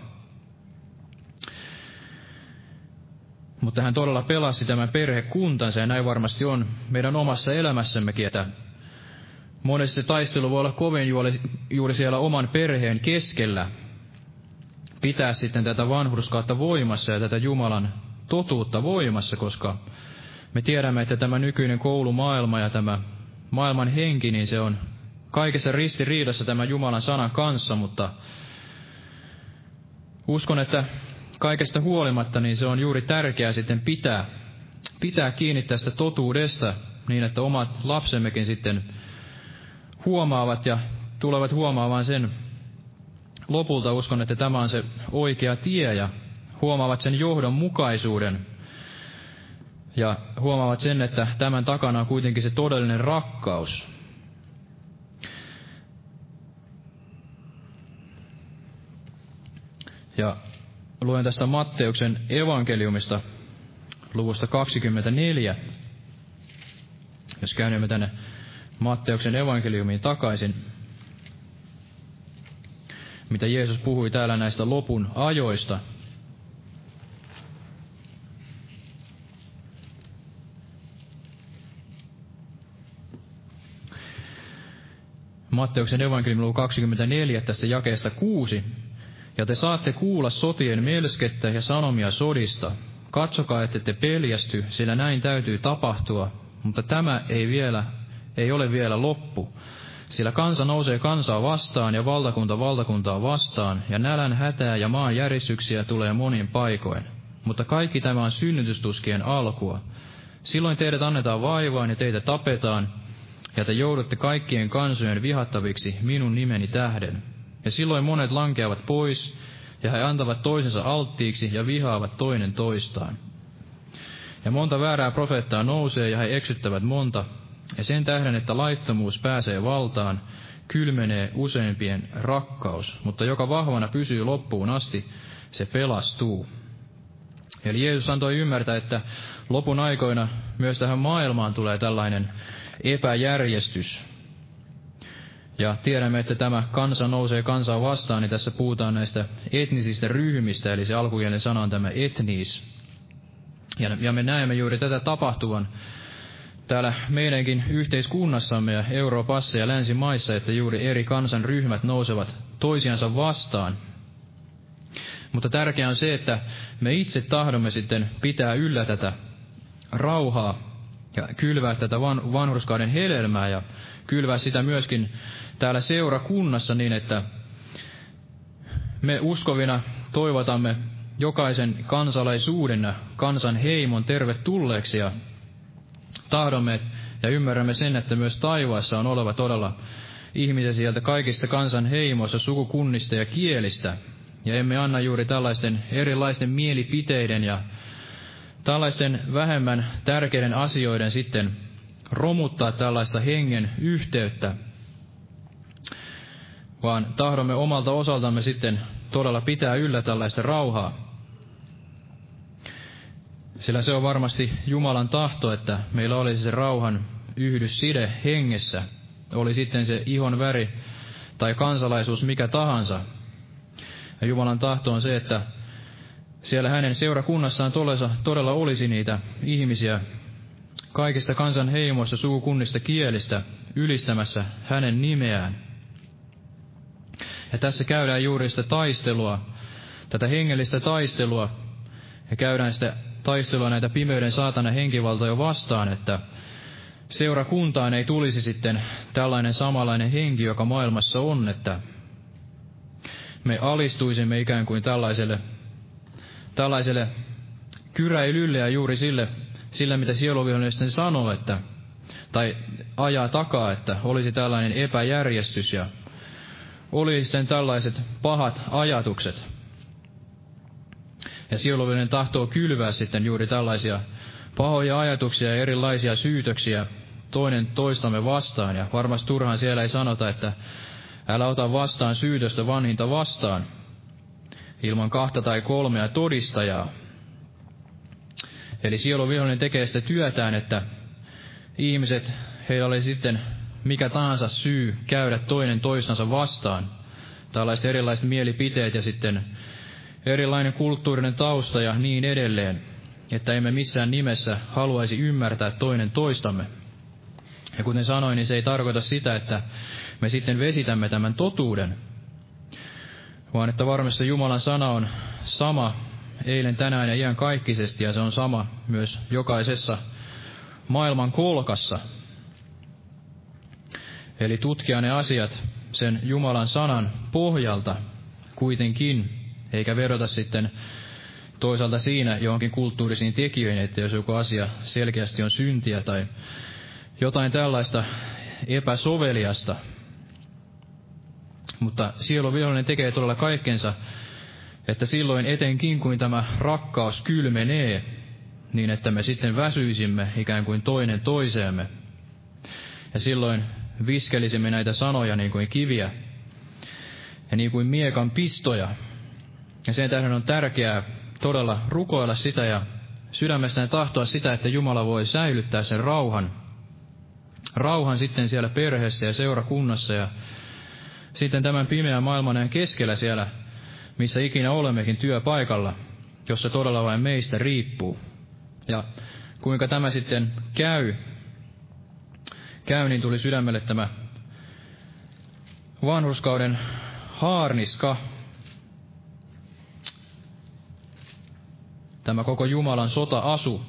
Mutta hän todella pelasti tämän perhekuntansa ja näin varmasti on meidän omassa elämässämmekin, että monesti se taistelu voi olla kovin juuri, juuri siellä oman perheen keskellä. Pitää sitten tätä vanhurskautta voimassa ja tätä Jumalan totuutta voimassa, koska me tiedämme, että tämä nykyinen koulumaailma ja tämä maailman henki, niin se on kaikessa ristiriidassa tämän Jumalan sanan kanssa, mutta uskon, että kaikesta huolimatta niin se on juuri tärkeää sitten pitää, pitää kiinni tästä totuudesta niin, että omat lapsemmekin sitten huomaavat ja tulevat huomaamaan sen lopulta. Uskon, että tämä on se oikea tie ja huomaavat sen johdonmukaisuuden ja huomaavat sen, että tämän takana on kuitenkin se todellinen rakkaus. Ja luen tästä Matteuksen evankeliumista luvusta kaksikymmentäneljä. Jos käännymme tänne Matteuksen evankeliumiin takaisin, mitä Jeesus puhui täällä näistä lopun ajoista. Matteuksen evankeliumin luku kaksikymmentäneljä tästä jakeesta kuusi. Ja te saatte kuulla sotien melskettä ja sanomia sodista. Katsokaa, ette te peljästy, sillä näin täytyy tapahtua, mutta tämä ei vielä, ei ole vielä loppu. Sillä kansa nousee kansaa vastaan ja valtakunta valtakuntaa vastaan, ja nälän hätää ja maan järistyksiä tulee monin paikoin. Mutta kaikki tämä on synnytystuskien alkua. Silloin teidät annetaan vaivaan ja teitä tapetaan, ja te joudutte kaikkien kansojen vihattaviksi minun nimeni tähden. Ja silloin monet lankeavat pois, ja he antavat toisensa alttiiksi ja vihaavat toinen toistaan. Ja monta väärää profeettaa nousee, ja he eksyttävät monta. Ja sen tähden, että laittomuus pääsee valtaan, kylmenee useimpien rakkaus, mutta joka vahvana pysyy loppuun asti, se pelastuu. Eli Jeesus antoi ymmärtää, että lopun aikoina myös tähän maailmaan tulee tällainen epäjärjestys. Ja tiedämme, että tämä kansa nousee kansaa vastaan, niin tässä puhutaan näistä etnisistä ryhmistä, eli se alkukielen sana on tämä etnis. Ja, ja me näemme juuri tätä tapahtuvan täällä meidänkin yhteiskunnassamme ja Euroopassa ja länsimaissa, että juuri eri kansanryhmät nousevat toisiansa vastaan. Mutta tärkeää on se, että me itse tahdomme sitten pitää yllä tätä rauhaa ja kylvää tätä van, vanhurskauden hedelmää ja kylvää sitä myöskin täällä seurakunnassa niin, että me uskovina toivotamme jokaisen kansalaisuuden ja kansan heimon tervetulleeksi ja tahdomme ja ymmärrämme sen, että myös taivaassa on oleva todella ihmisiä sieltä kaikista kansan heimoista, sukukunnista ja kielistä. Ja emme anna juuri tällaisten erilaisten mielipiteiden ja tällaisten vähemmän tärkeiden asioiden sitten romuttaa tällaista hengen yhteyttä, vaan tahdomme omalta osaltamme sitten todella pitää yllä tällaista rauhaa. Sillä se on varmasti Jumalan tahto, että meillä olisi se rauhan yhdysside hengessä, oli sitten se ihon väri tai kansalaisuus mikä tahansa. Ja Jumalan tahto on se, että siellä hänen seurakunnassaan todella, todella olisi niitä ihmisiä kaikista kansan heimoista, sukukunnista, kielistä ylistämässä hänen nimeään. Ja tässä käydään juuri sitä taistelua, tätä hengellistä taistelua, ja käydään sitä taistelua näitä pimeyden saatanan henkivaltoja vastaan, että seurakuntaan ei tulisi sitten tällainen samanlainen henki, joka maailmassa on, että me alistuisimme ikään kuin tällaiselle, tällaiselle kyräilylle ja juuri sille, sillä mitä sieluvihollinen sitten sanoo, että, tai ajaa takaa, että olisi tällainen epäjärjestys ja oli sitten tällaiset pahat ajatukset. Ja sieluvihollinen tahtoo kylvää sitten juuri tällaisia pahoja ajatuksia ja erilaisia syytöksiä toinen toistamme vastaan. Ja varmasti turhaan siellä ei sanota, että älä ota vastaan syytöstä vanhinta vastaan ilman kahta tai kolmea todistajaa. Eli sieluvihollinen tekee sitä työtään, että ihmiset, heillä oli sitten mikä tahansa syy käydä toinen toistansa vastaan. Tällaiset erilaiset mielipiteet ja sitten erilainen kulttuurinen tausta ja niin edelleen, että emme missään nimessä haluaisi ymmärtää toinen toistamme. Ja kuten sanoin, niin se ei tarkoita sitä, että me sitten vesitämme tämän totuuden, vaan että varmasti Jumalan sana on sama eilen, tänään ja iän kaikkisesti, ja se on sama myös jokaisessa maailman kolkassa. Eli tutkia ne asiat sen Jumalan sanan pohjalta kuitenkin, eikä vedota sitten toisaalta siinä johonkin kulttuurisiin tekijöihin, että jos joku asia selkeästi on syntiä tai jotain tällaista epäsoveliasta. Mutta sieluvihollinen tekee todella kaikkensa, että silloin etenkin kuin tämä rakkaus kylmenee, niin että me sitten väsyisimme ikään kuin toinen toiseemme. Ja silloin viskelisimme näitä sanoja niin kuin kiviä ja niin kuin miekan pistoja. Ja sen tähden on tärkeää todella rukoilla sitä ja sydämestään tahtoa sitä, että Jumala voi säilyttää sen rauhan. Rauhan sitten siellä perheessä ja seurakunnassa ja sitten tämän pimeän maailman keskellä siellä, missä ikinä olemmekin työpaikalla, jossa todella vain meistä riippuu. Ja kuinka tämä sitten käy, käy niin tuli sydämelle tämä vanhurskauden haarniska. Tämä koko Jumalan sota-asu,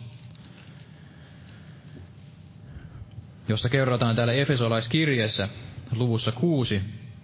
josta kerrotaan täällä Efesolaiskirjeessä luvussa kuusi.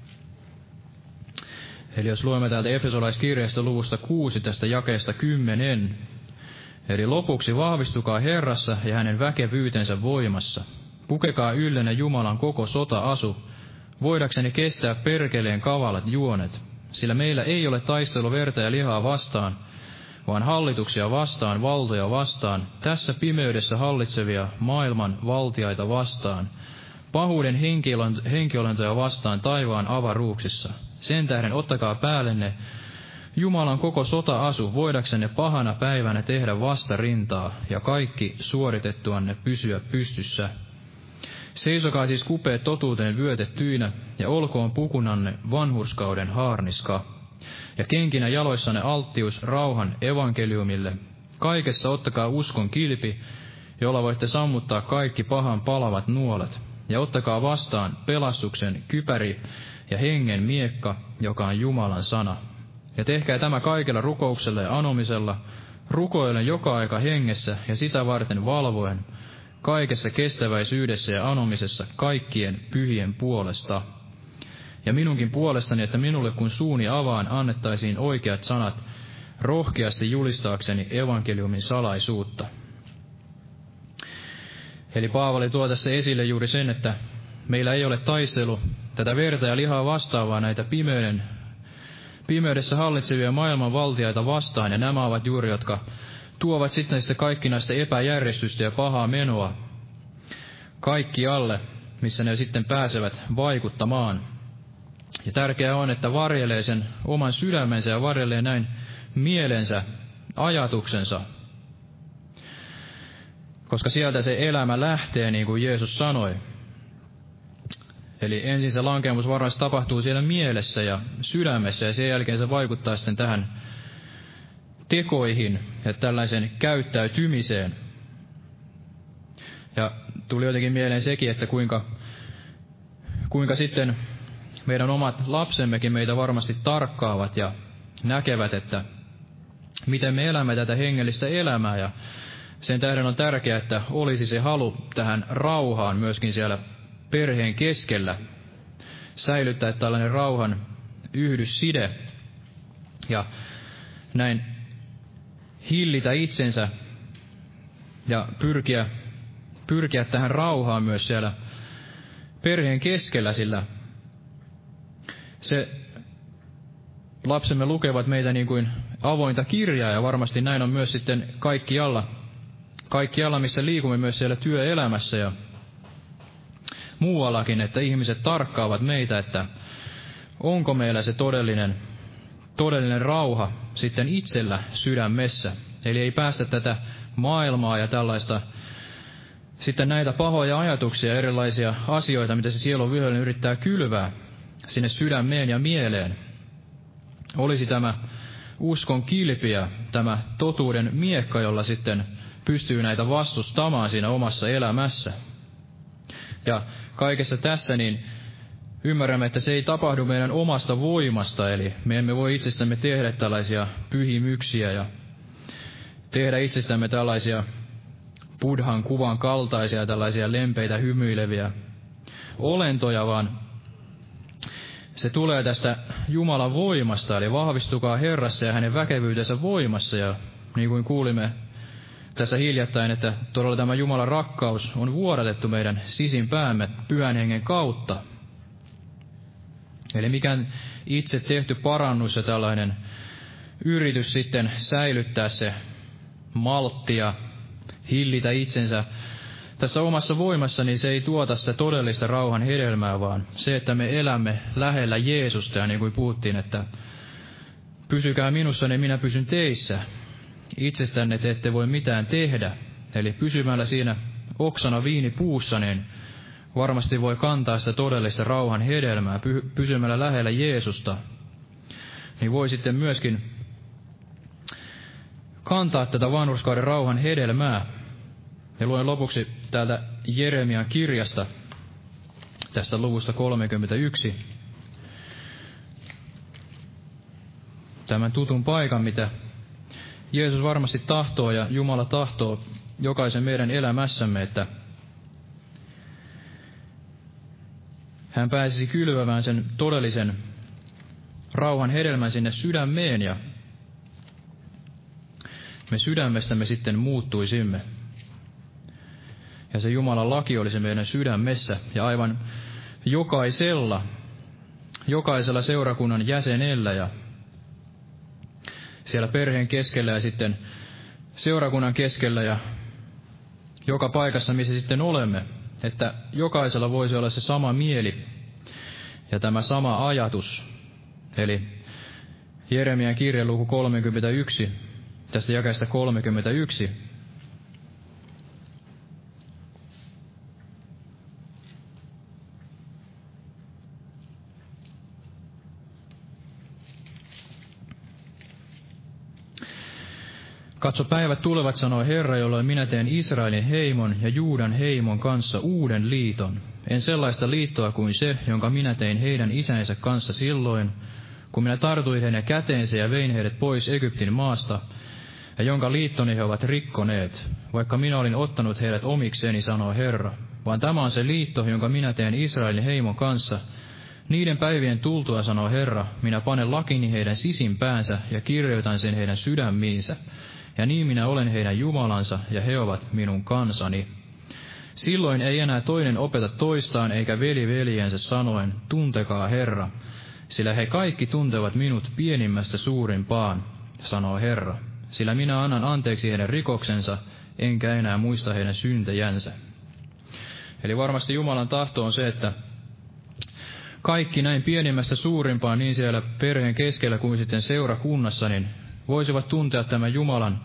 Eli jos luemme täältä Efesolaiskirjeestä luvusta kuusi tästä jakeesta kymmenen. Eli lopuksi vahvistukaa Herrassa ja hänen väkevyytensä voimassa. Pukekaa yllenne Jumalan koko sota-asu, voidakseni kestää perkeleen kavalat juonet. Sillä meillä ei ole taistelu verta ja lihaa vastaan, vaan hallituksia vastaan, valtoja vastaan, tässä pimeydessä hallitsevia maailman valtiaita vastaan, pahuuden henkiolentoja vastaan taivaan avaruuksissa. Sen tähden ottakaa päällenne Jumalan koko sota-asu, voidaksenne pahana päivänä tehdä vastarintaa ja kaikki suoritettuanne pysyä pystyssä. Seisokaa siis kupeet totuuteen vyötettyinä ja olkoon pukunanne vanhurskauden haarniska. Ja kenkinä jaloissanne alttius rauhan evankeliumille. Kaikessa ottakaa uskon kilpi, jolla voitte sammuttaa kaikki pahan palavat nuolet. Ja ottakaa vastaan pelastuksen kypäri ja hengen miekka, joka on Jumalan sana. Ja tehkää tämä kaikella rukouksella ja anomisella, rukoillen joka aika hengessä ja sitä varten valvoen, kaikessa kestäväisyydessä ja anomisessa kaikkien pyhien puolesta. Ja minunkin puolestani, että minulle kun suuni avaan annettaisiin oikeat sanat, rohkeasti julistaakseni evankeliumin salaisuutta. Eli Paavali tuo tässä esille juuri sen, että meillä ei ole taistelu tätä verta ja lihaa vastaavaa näitä pimeyden, pimeydessä hallitsevia maailman valtiaita vastaan, ja nämä ovat juuri, jotka tuovat sitten sitä kaikkinaista epäjärjestystä ja pahaa menoa kaikkialle, missä ne sitten pääsevät vaikuttamaan. Ja tärkeää on, että varjelee sen oman sydämensä ja varjelee näin mielensä, ajatuksensa. Koska sieltä se elämä lähtee, niin kuin Jeesus sanoi. Eli ensin se lankeemus varmasti tapahtuu siellä mielessä ja sydämessä, ja sen jälkeen se vaikuttaa sitten tähän tekoihin ja tällaisen käyttäytymiseen. Ja tuli jotenkin mieleen sekin, että kuinka, kuinka sitten meidän omat lapsemmekin meitä varmasti tarkkaavat ja näkevät, että miten me elämme tätä hengellistä elämää. Ja sen tähden on tärkeää, että olisi se halu tähän rauhaan myöskin siellä perheen keskellä. Säilyttää tällainen rauhan yhdysside ja näin hillitä itsensä ja pyrkiä, pyrkiä tähän rauhaan myös siellä perheen keskellä, sillä se lapsemme lukevat meitä niin kuin avointa kirjaa, ja varmasti näin on myös sitten kaikkialla, kaikkialla missä liikumme myös siellä työelämässä ja muuallakin, että ihmiset tarkkaavat meitä, että onko meillä se todellinen, todellinen rauha sitten itsellä sydämessä. Eli ei päästä tätä maailmaa ja tällaista, sitten näitä pahoja ajatuksia, erilaisia asioita, mitä se sielun vihollinen yrittää kylvää sinne sydämeen ja mieleen. Olisi tämä uskon kilpi ja tämä totuuden miekka, jolla sitten pystyy näitä vastustamaan siinä omassa elämässä. Ja kaikessa tässä niin ymmärrämme, että se ei tapahdu meidän omasta voimasta, eli me emme voi itsestämme tehdä tällaisia pyhimyksiä ja tehdä itsestämme tällaisia Buddhan kuvan kaltaisia, tällaisia lempeitä, hymyileviä olentoja, vaan se tulee tästä Jumalan voimasta, eli vahvistukaa Herrassa ja hänen väkevyytensä voimassa. Ja niin kuin kuulimme tässä hiljattain, että todella tämä Jumalan rakkaus on vuodatettu meidän sisimpäämme Pyhän Hengen kautta. Eli mikään itse tehty parannus ja tällainen yritys sitten säilyttää se maltti ja hillitä itsensä tässä omassa voimassa, niin se ei tuota sitä todellista rauhan hedelmää, vaan se, että me elämme lähellä Jeesusta, ja niin kuin puhuttiin, että pysykää minussa, niin minä pysyn teissä. Itsestänne te ette voi mitään tehdä. Eli pysymällä siinä oksana viinipuussa, niin varmasti voi kantaa sitä todellista rauhan hedelmää. Pysymällä lähellä Jeesusta, niin voi sitten myöskin kantaa tätä vanhurskauden rauhan hedelmää. Ja luen lopuksi täältä Jeremian kirjasta, tästä luvusta kolmekymmentäyksi. Tämän tutun paikan, mitä Jeesus varmasti tahtoo ja Jumala tahtoo jokaisen meidän elämässämme, että hän pääsisi kylvämään sen todellisen rauhan hedelmän sinne sydämeen, ja me sydämestämme sitten muuttuisimme. Ja se Jumalan laki olisi meidän sydämessä, ja aivan jokaisella, jokaisella seurakunnan jäsenellä ja siellä perheen keskellä ja sitten seurakunnan keskellä ja joka paikassa, missä sitten olemme, että jokaisella voisi olla se sama mieli ja tämä sama ajatus. Eli Jeremian kirja luku kolmekymmentäyksi, tästä jakeesta kolmekymmentäyksi. Katso, päivät tulevat, sanoi Herra, jolloin minä teen Israelin heimon ja Juudan heimon kanssa uuden liiton. En sellaista liittoa kuin se, jonka minä tein heidän isänsä kanssa silloin, kun minä tartuin heidän käteensä ja vein heidät pois Egyptin maasta, ja jonka liittoni he ovat rikkoneet, vaikka minä olin ottanut heidät omikseni, sanoi Herra. Vaan tämä on se liitto, jonka minä teen Israelin heimon kanssa. Niiden päivien tultua, sanoi Herra, minä panen lakini heidän sisimpäänsä ja kirjoitan sen heidän sydämiinsä. Ja niin minä olen heidän Jumalansa, ja he ovat minun kansani. Silloin ei enää toinen opeta toistaan, eikä veli veljensä sanoen, tuntekaa Herra, sillä he kaikki tuntevat minut pienimmästä suurimpaan, sanoo Herra. Sillä minä annan anteeksi heidän rikoksensa, enkä enää muista heidän syntejänsä. Eli varmasti Jumalan tahto on se, että kaikki näin pienimmästä suurimpaan, niin siellä perheen keskellä kuin sitten seurakunnassa, niin voisivat tuntea tämän Jumalan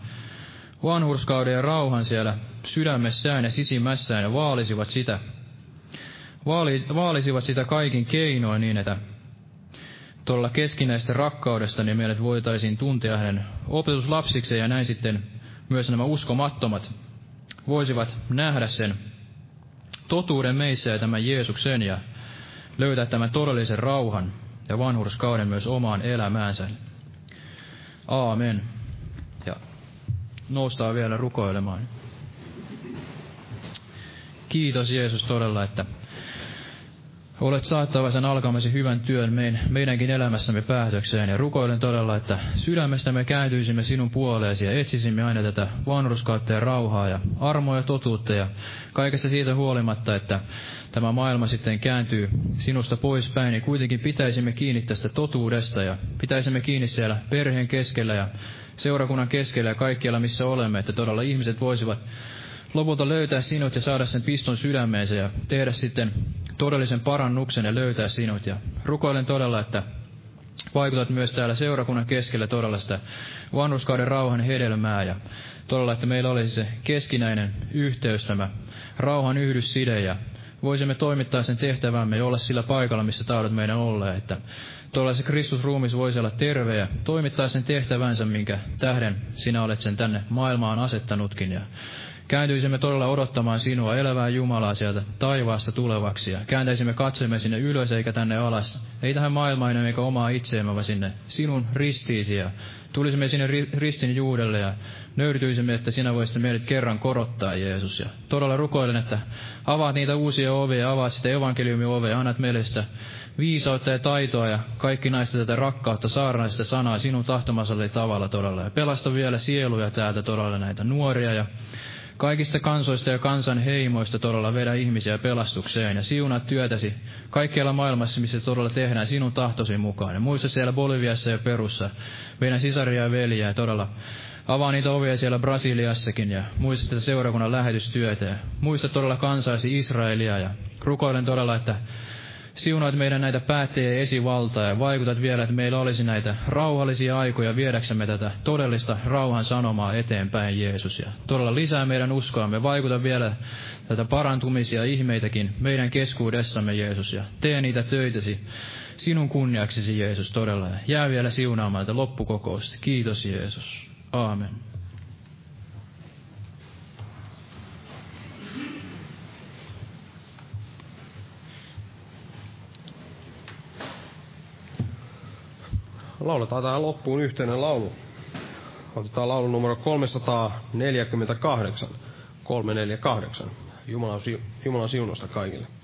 vanhurskauden ja rauhan siellä sydämessään ja sisimmässään ja vaalisivat sitä vaali, vaalisivat sitä kaikin keinoin niin, että tuolla keskinäistä rakkaudesta niin meidät voitaisiin tuntea hänen opetuslapsikseen, ja näin sitten myös nämä uskomattomat voisivat nähdä sen totuuden meissä ja tämän Jeesuksen ja löytää tämän todellisen rauhan ja vanhurskauden myös omaan elämäänsä. Aamen. Ja noustaan vielä rukoilemaan. Kiitos Jeesus todella, että olet saattava sen alkamasi hyvän työn meidänkin elämässämme päätökseen, ja rukoilen todella, että sydämestämme kääntyisimme sinun puoleesi ja etsisimme aina tätä vanhurskautta ja rauhaa ja armoa ja totuutta, ja kaikesta siitä huolimatta, että tämä maailma sitten kääntyy sinusta poispäin, niin kuitenkin pitäisimme kiinni tästä totuudesta ja pitäisimme kiinni siellä perheen keskellä ja seurakunnan keskellä ja kaikkialla missä olemme, että todella ihmiset voisivat lopulta löytää sinut ja saada sen piston sydämeensä ja tehdä sitten todellisen parannuksen ja löytää sinut. Ja rukoilen todella, että vaikutat myös täällä seurakunnan keskellä todella sitä vanhurskauden rauhan hedelmää ja todella, että meillä olisi se keskinäinen yhteys, tämä rauhan yhdysside ja voisimme toimittaa sen tehtävämme ja olla sillä paikalla, missä tahdot meidän olla, että todella se Kristusruumis voisi olla terve ja toimittaa sen tehtävänsä, minkä tähden sinä olet sen tänne maailmaan asettanutkin. Ja kääntyisimme todella odottamaan sinua, elävää Jumalaa sieltä taivaasta tulevaksi, ja kääntäisimme katsomme sinne ylös eikä tänne alas, ei tähän maailmaan eikä omaa itseemme, vaan sinne sinun ristiisi, ja tulisimme sinne ristin juudelle ja nöyrtyisimme, että sinä voisit meidät kerran korottaa, Jeesus. Ja todella rukoilen, että avaat niitä uusia ovia, avaat sitä evankeliumin ovea, annat meille sitä viisautta ja taitoa ja kaikki näistä tätä rakkautta, saarnaista sanaa sinun tahtomaselle tavalla todella. Ja pelasta vielä sieluja täältä todella näitä nuoria ja kaikista kansoista ja kansan heimoista todella vedä ihmisiä pelastukseen ja siunaa työtäsi kaikkialla maailmassa, missä todella tehdään sinun tahtosi mukaan. Ja muista siellä Boliviassa ja Perussa meidän sisaria ja veljiä ja todella avaa niitä ovia siellä Brasiliassakin ja muista tätä seurakunnan lähetystyötä ja muista todella kansaisi Israelia ja rukoilen todella, että siunaat meidän näitä päättäjiä ja esivaltaa ja vaikutat vielä, että meillä olisi näitä rauhallisia aikoja viedäksemme tätä todellista rauhan sanomaa eteenpäin, Jeesus. Ja todella lisää meidän uskoamme, vaikuta vielä tätä parantumisia ihmeitäkin meidän keskuudessamme, Jeesus. Ja tee niitä töitäsi sinun kunniaksesi, Jeesus, todella. Ja jää vielä siunaamaan tätä loppukokousta. Kiitos, Jeesus. Aamen. Lauletaan tähän loppuun yhteinen laulu. Otetaan laulun numero kolmesataaneljäkymmentäkahdeksan. kolmesataaneljäkymmentäkahdeksan. Jumalan, Jumalan siunosta kaikille.